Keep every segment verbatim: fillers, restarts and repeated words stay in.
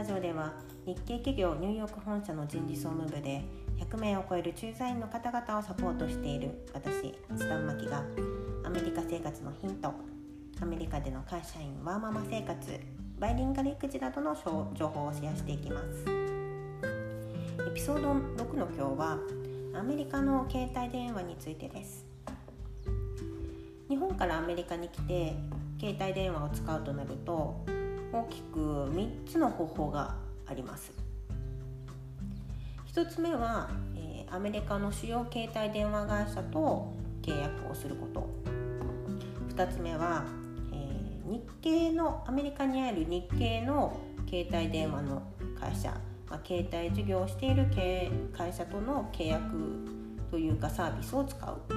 ジオでは日系企業ニューヨーク本社の人事総務部でひゃくめいを超える駐在員の方々をサポートしている私、津田真希がアメリカ生活のヒント、アメリカでの会社員ワーママ生活、バイリンガル育児などの情報をシェアしていきます。エピソードろくの今日はアメリカの携帯電話についてです。日本からアメリカに来て携帯電話を使うとなると大きくみっつの方法があります。ひとつめは、えー、アメリカの主要携帯電話会社と契約をすること。ふたつめは、えー、日系のアメリカにある日系の携帯電話の会社、まあ、携帯事業をしている会社との契約というかサービスを使う。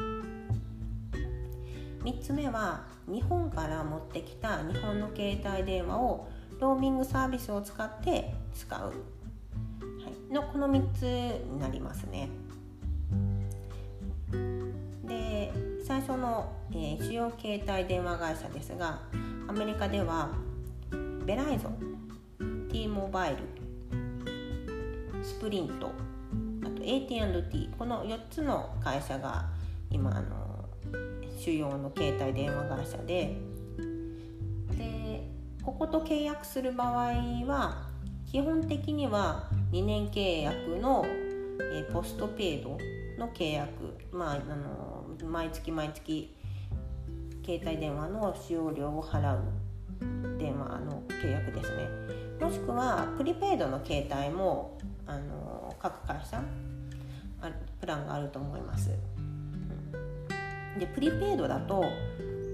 みっつめは日本から持ってきた日本の携帯電話をローミングサービスを使って使う、はい、のこのみっつになりますね。で、最初の、えー、主要携帯電話会社ですが、アメリカではベライゾン、T モバイル、スプリント、あと エーティーアンドティー、このよっつの会社が今あの主要の携帯電話会社で、でここと契約する場合は基本的にはにねん契約の、えー、ポストペイドの契約、まあ、あの毎月毎月携帯電話の使用料を払う電話の契約ですね。もしくはプリペイドの携帯もあの各会社プランがあると思います。でプリペイドだと、あのー、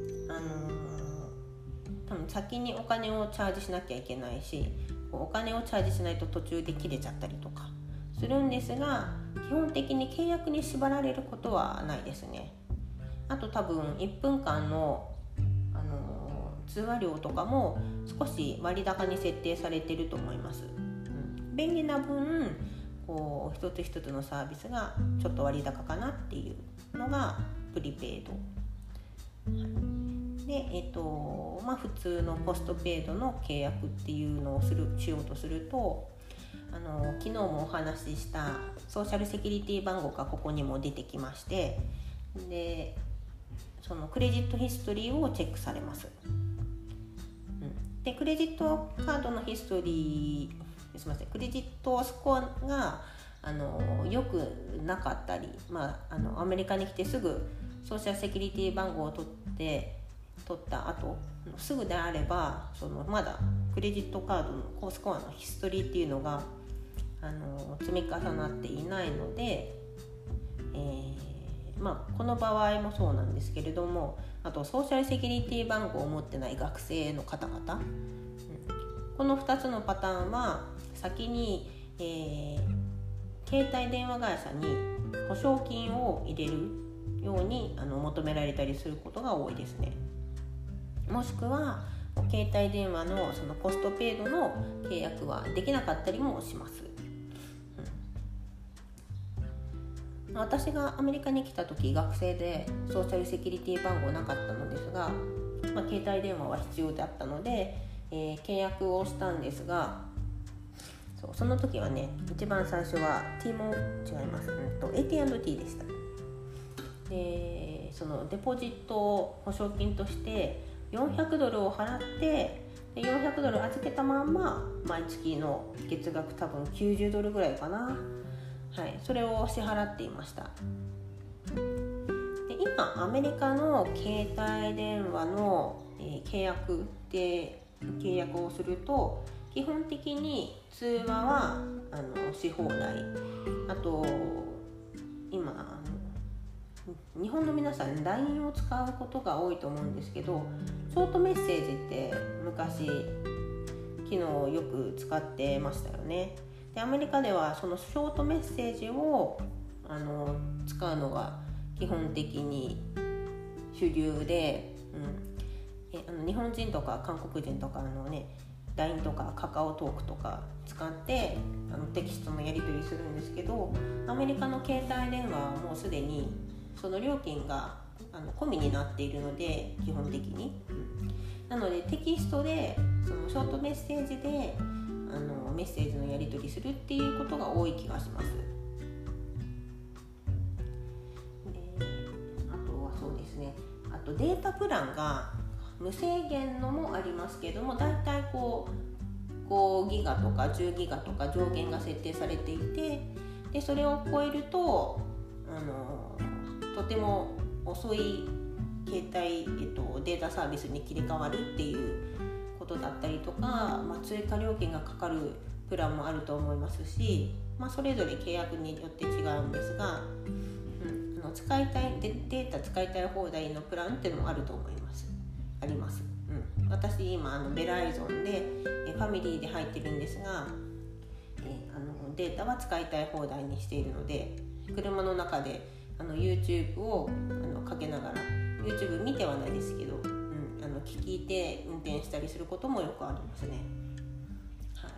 多分先にお金をチャージしなきゃいけないし、お金をチャージしないと途中で切れちゃったりとかするんですが、基本的に契約に縛られることはないですね。あと多分いっぷんかんの、あのー、通話料とかも少し割高に設定されていると思います、うん、便利な分こう一つ一つのサービスがちょっと割高かなっていうのがプリペイド、はい、で、えっとまあ、普通のポストペイドの契約っていうのをするしようとすると、あの昨日もお話ししたソーシャルセキュリティ番号がここにも出てきまして、でそのクレジットヒストリーをチェックされます、うん、でクレジットカードのヒストリーすみませんクレジットスコアがあのよくなかったり、まあ、あのアメリカに来てすぐソーシャルセキュリティ番号を取って取った後すぐであれば、そのまだクレジットカードの高スコアのヒストリーっていうのがあの積み重なっていないので、えーまあ、この場合もそうなんですけれども、あとソーシャルセキュリティ番号を持ってない学生の方々、うん、このふたつのパターンは先に、えー、携帯電話会社に保証金を入れるようにあの求められたりすることが多いですね。もしくは携帯電話のそのポストペイドの契約はできなかったりもします、うん、私がアメリカに来た時学生でソーシャルセキュリティ番号なかったのですが、まあ、携帯電話は必要だったので、えー、契約をしたんですが、そうその時はね、一番最初は T も違います、うん、と エーティーアンドティー でした。でそのデポジット保証金としてよんひゃくドルを払って、でよんひゃくドル預けたまんま毎月の月額多分きゅうじゅうドルぐらいかな、はい、それを支払っていました。で今アメリカの携帯電話の、えー、契約で契約をすると基本的に通話はあのし放題、あと今日本の皆さん ライン を使うことが多いと思うんですけど、ショートメッセージって昔昨日よく使ってましたよね。でアメリカではそのショートメッセージをあの使うのが基本的に主流で、うん、えあの日本人とか韓国人とかのね ライン とかカカオトークとか使ってあのテキストのやり取りするんですけど、アメリカの携帯電話はもうすでにその料金があの込みになっているので、基本的に、うん、なのでテキストでそのショートメッセージでああのメッセージのやり取りするっていうことが多い気がします。であとはそうですね、あとデータプランが無制限のもありますけども、だいたいこうごギガとかじゅうギガとか上限が設定されていて、でそれを超えるとあのとても遅い携帯、えっと、データサービスに切り替わるっていうことだったりとか、まあ、追加料金がかかるプランもあると思いますし、まあ、それぞれ契約によって違うんですが、うん、あの使いたい デ, データ使いたい放題のプランっていうのもあると思います。あります。うん、私今あのベライゾンでえファミリーで入ってるんですが、えあのデータは使いたい放題にしているので、車の中であの YouTube をあのかけながら YouTube 見てはないですけど、うん、あの聞いて運転したりすることもよくありますね。はい。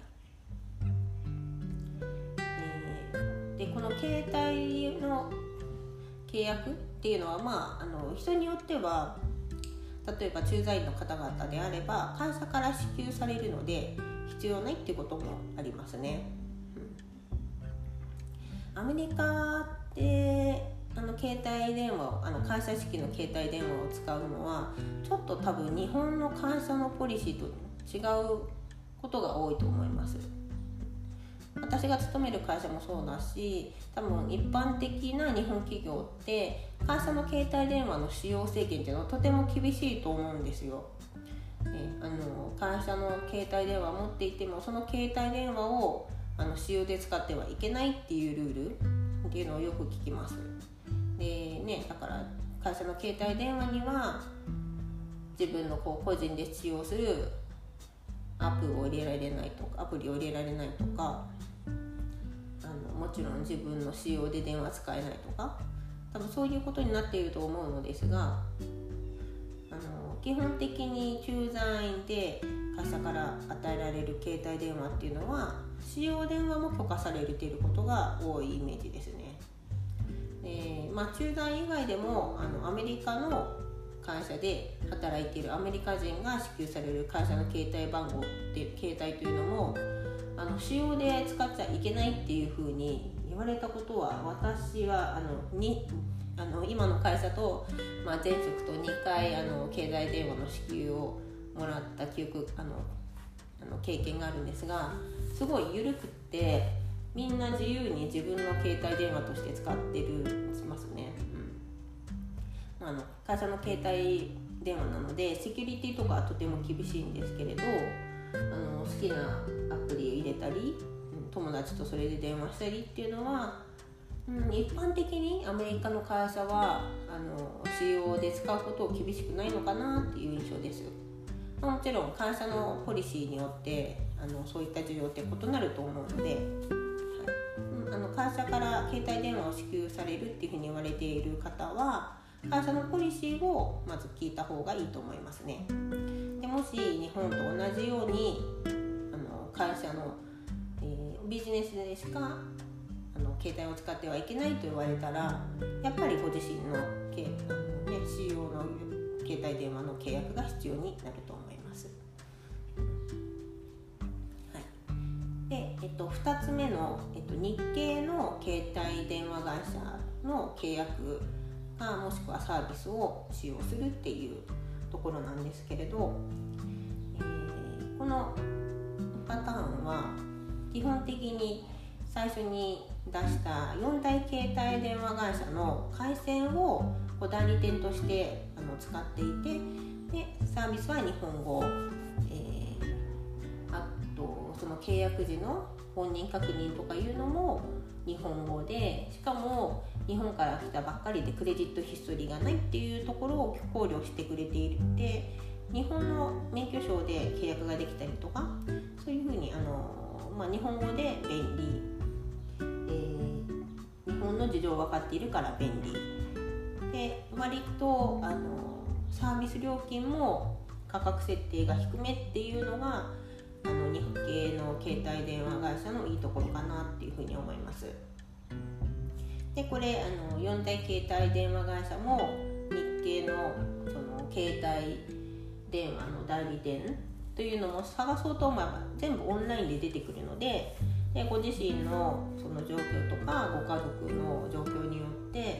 えー、でこの携帯の契約っていうのは、まあ、あの人によっては例えば駐在員の方々であれば会社から支給されるので必要ないっていうこともありますね。うん、アメリカってあの携帯電話あの会社式の携帯電話を使うのはちょっと多分日本の会社のポリシーと違うことが多いと思います。私が勤める会社もそうだし、多分一般的な日本企業って会社の携帯電話の使用制限っていうのはとても厳しいと思うんですよ。ね、あの会社の携帯電話を持っていてもその携帯電話をあの使用で使ってはいけないっていうルールっていうのをよく聞きます。でね、だから会社の携帯電話には自分のこう個人で使用するアプリを入れられないとかアプリを入れられないとか、あのもちろん自分の使用で電話使えないとか、多分そういうことになっていると思うのですが、あの基本的に駐在員で会社から与えられる携帯電話っていうのは使用電話も許可されていることが多いイメージですね。でまあ、駐在以外でもあのアメリカの会社で働いているアメリカ人が支給される会社の携帯番号って携帯というのもあの使用で使っちゃいけないっていうふうに言われたことは、私はあのにあの今の会社と、まあ、前職とにかいあの携帯電話の支給をもらった記憶あのあの経験があるんですが、すごい緩くってみんな自由に自分の携帯電話として使ってるしますね。うん、あの会社の携帯電話なのでセキュリティとかはとても厳しいんですけれど、あの好きなアプリを入れたり、うん、友達とそれで電話したりっていうのは、うん、一般的にアメリカの会社はあの使用で使うことを厳しくないのかなっていう印象です。もちろん会社のポリシーによってあのそういった需要って異なると思うので、あの会社から携帯電話を支給されるっていうふうに言われている方は会社のポリシーをまず聞いた方がいいと思いますね。でもし日本と同じようにあの会社の、えー、ビジネスでしかあの携帯を使ってはいけないと言われたら、やっぱりご自身の、けあの、ね、使用の携帯電話の契約が必要になると思います。でえっと、ふたつめの、えっと、日系の携帯電話会社の契約がもしくはサービスを使用するっていうところなんですけれど、えー、このパターンは基本的に最初に出したよんだい携帯電話会社の回線を代理店としてあの使っていて、でサービスは日本語、えー、あとその契約時の本人確認とかいうのも日本語で、しかも日本から来たばっかりでクレジットヒストリーがないっていうところを考慮してくれているので、日本の免許証で契約ができたりとか、そういうふうにあの、まあ、日本語で便利、えー、日本の事情分かっているから便利で、割とあのサービス料金も価格設定が低めっていうのがあの日系の携帯電話会社のいいところかなっていうふうに思います。でこれあのよんだい携帯電話会社も日系のその携帯電話の代理店というのも探そうと思えば全部オンラインで出てくるので、でご自身のその状況とかご家族の状況によって、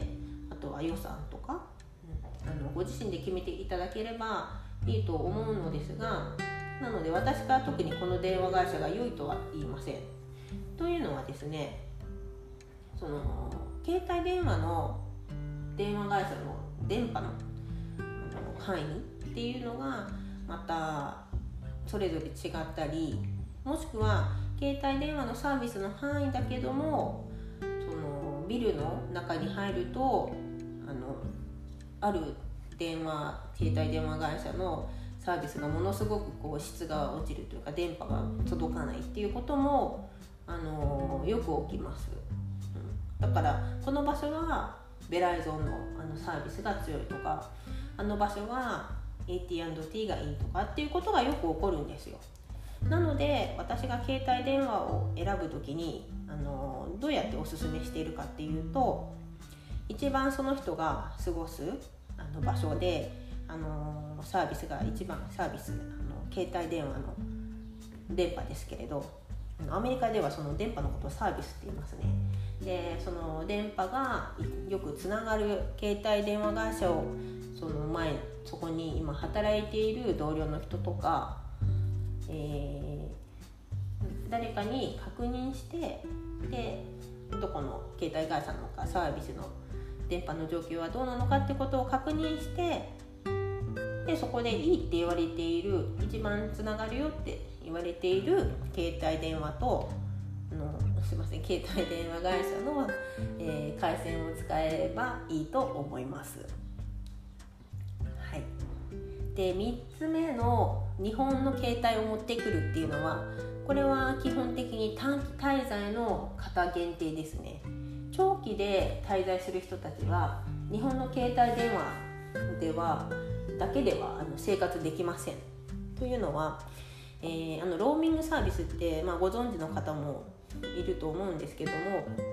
あとは予算とか、うん、あのご自身で決めていただければいいと思うのですが、なので私から特にこの電話会社が良いとは言いません。というのはですね、その携帯電話の電話会社の電波の範囲っていうのがまたそれぞれ違ったり、もしくは携帯電話のサービスの範囲だけども、そのビルの中に入るとあのある電話携帯電話会社のサービスがものすごくこう質が落ちるというか、電波が届かないっていうこともあのよく起きます、うん、だからこの場所はベライゾンのあのサービスが強いとか、あの場所は エーティーアンドティー がいいとかっていうことがよく起こるんですよ。なので私が携帯電話を選ぶときにあのどうやっておすすめしているかっていうと、一番その人が過ごすあの場所であのサービスが一番サービスあの携帯電話の電波ですけれど、アメリカではその電波のことをサービスって言いますね。でその電波がよくつながる携帯電話会社をその前そこに今働いている同僚の人とか、えー、誰かに確認して、でどこの携帯会社なのかサービスの電波の状況はどうなのかってことを確認して、でそこでいいって言われている、一番つながるよって言われている携帯電話とあのすいません携帯電話会社の、えー、回線を使えばいいと思います。はい。でみっつめの日本の携帯を持ってくるっていうのは、これは基本的に短期滞在の方限定ですね。長期で滞在する人たちは日本の携帯電話ではだけではあの生活できません。というのは、えー、あのローミングサービスって、まあ、ご存知の方もいると思うんですけども、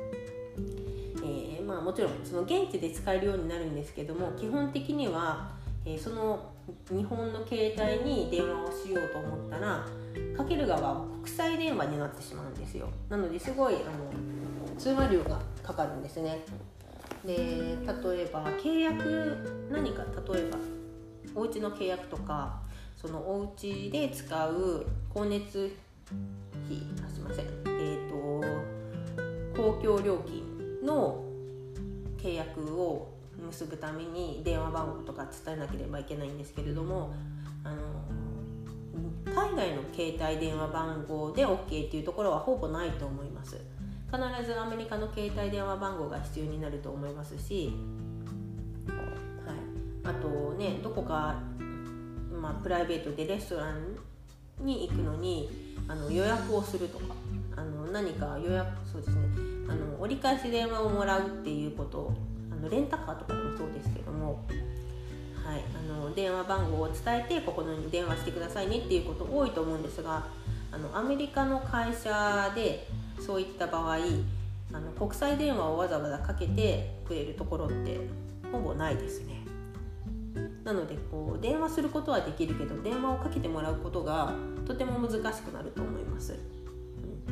えーまあ、もちろんその現地で使えるようになるんですけども、基本的には、えー、その日本の携帯に電話をしようと思ったらかける側は国際電話になってしまうんですよ。なのですごいあの通話料がかかるんですね。で例えば契約何か例えばお家の契約とか、そのお家で使う光熱費あすいませんえっ、ー、と公共料金の契約を結ぶために電話番号とか伝えなければいけないんですけれども、あの海外の携帯電話番号で OK っていうところはほぼないと思います。必ずアメリカの携帯電話番号が必要になると思いますし、はい、あとねどこか、まあ、プライベートでレストランに行くのにあの予約をするとか、あの何か予約そうですねあの折り返し電話をもらうっていうことを、あのレンタカーとかでもそうですけども、はい、あの電話番号を伝えてここに電話してくださいねっていうこと多いと思うんですが、あのアメリカの会社でそういった場合、あの国際電話をわざわざかけてくれるところってほぼないですね。なのでこう電話することはできるけど電話をかけてもらうことがとても難しくなると思います、うん、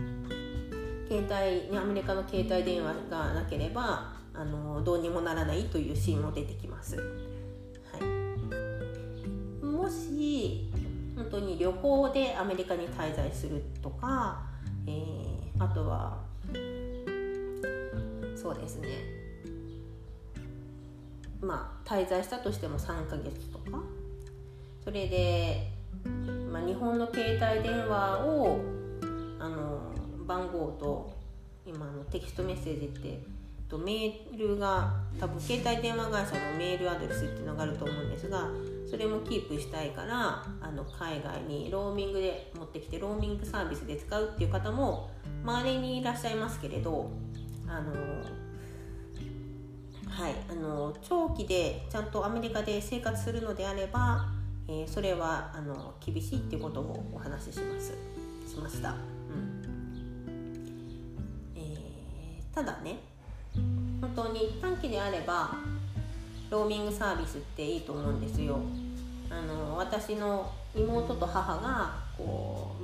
携帯にアメリカの携帯電話がなければあのどうにもならないというシーンも出てきます、はい、もし本当に旅行でアメリカに滞在するとか、えーあとはそうですねまあ滞在したとしてもさんかげつとか、それで、まあ、日本の携帯電話をあの番号と今のテキストメッセージってとメールが多分携帯電話会社のメールアドレスっていうのがあると思うんですが、それもキープしたいからあの海外にローミングで持ってきてローミングサービスで使うっていう方も周りにいらっしゃいますけれど、あのはいあの長期でちゃんとアメリカで生活するのであれば、えー、それはあの厳しいっていうことをお話ししますしました、うんえー、ただね本当に短期であればローミングサービスっていいと思うんですよ。あの私の妹と母が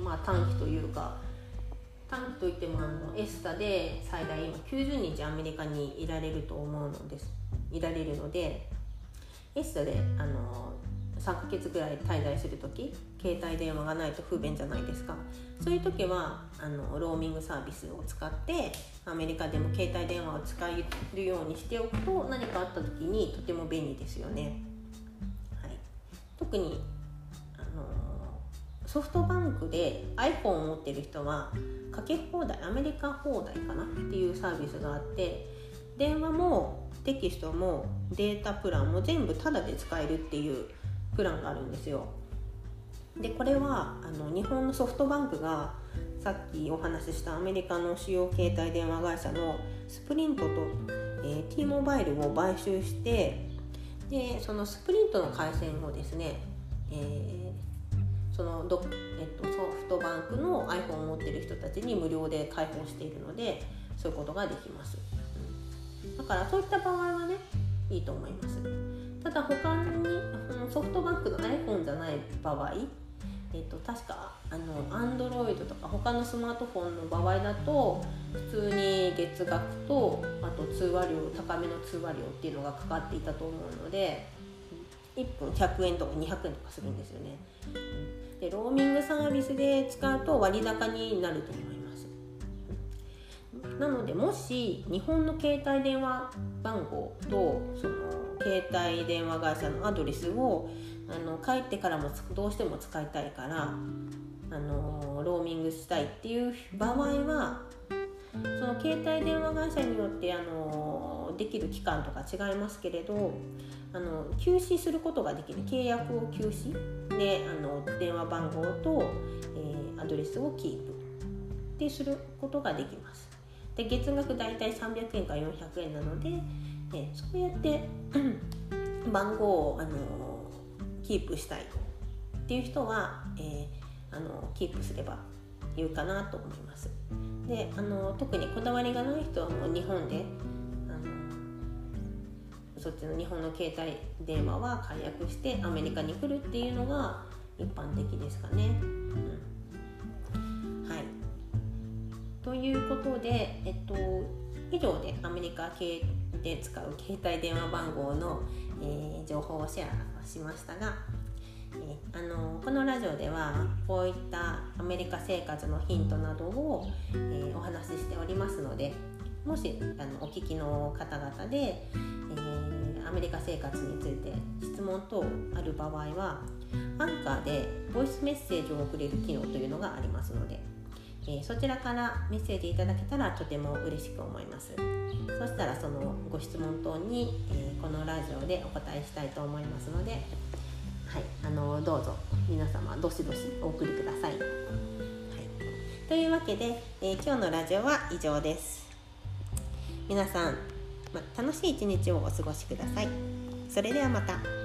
まあ、短期というか短期といってもあのエスタで最大今きゅうじゅうにちアメリカにいられると思うのですいられるので、エスタであのさんかげつぐらい滞在するとき携帯電話がないと不便じゃないですか。そういう時はあのローミングサービスを使ってアメリカでも携帯電話を使えるようにしておくと何かあった時にとても便利ですよね。はい、特にあのソフトバンクで iPhone を持ってる人はかけ放題、アメリカ放題かなっていうサービスがあって、電話もテキストもデータプランも全部タダで使えるっていうプランがあるんですよ。でこれはあの日本のソフトバンクがさっきお話ししたアメリカの主要携帯電話会社のスプリントと、えー、T モバイルを買収して、でそのスプリントの回線をですね、えー、そのど、えっと、ソフトバンクの iPhone を持ってる人たちに無料で開放しているので、そういうことができます。だからそういった場合はねいいと思います。ただ他にソフトバンクの iPhone じゃない場合、えー、と確かあの Android とか他のスマートフォンの場合だと普通に月額とあと通話料、高めの通話料っていうのがかかっていたと思うので、いっぷんひゃくえんとかにひゃくえんとかするんですよね。でローミングサービスで使うと割高になると思います。なのでもし日本の携帯電話番号とその携帯電話会社のアドレスをあの帰ってからもどうしても使いたいからあのローミングしたいっていう場合は、その携帯電話会社によってあのできる期間とか違いますけれど、あの休止することができる、契約を休止であの電話番号と、えー、アドレスをキープですることができます。で月額だいたいさんびゃくえんからよんひゃくえんなので、えー、そうやって番号をあのキープしたいっていう人は、えー、あのキープすればいいかなと思います。であの特にこだわりがない人はもう日本であのそっちの日本の携帯電話は解約してアメリカに来るっていうのが一般的ですかね。うん、はい。ということで、えっと、以上でアメリカ系で使う携帯電話番号の、えー、情報をシェアしましたが、えー、あのこのラジオではこういったアメリカ生活のヒントなどを、えー、お話ししておりますので、もしあのお聞きの方々で、えー、アメリカ生活について質問等ある場合はアンカーでボイスメッセージを送れる機能というのがありますので、えー、そちらからメッセージいただけたらとても嬉しく思います。そしたらそのご質問等に、えー、このラジオでお答えしたいと思いますので、はい、あのどうぞ皆様どしどしお送りください。はい、というわけで、えー、今日のラジオは以上です。皆さん、ま、楽しい一日をお過ごしください。それではまた。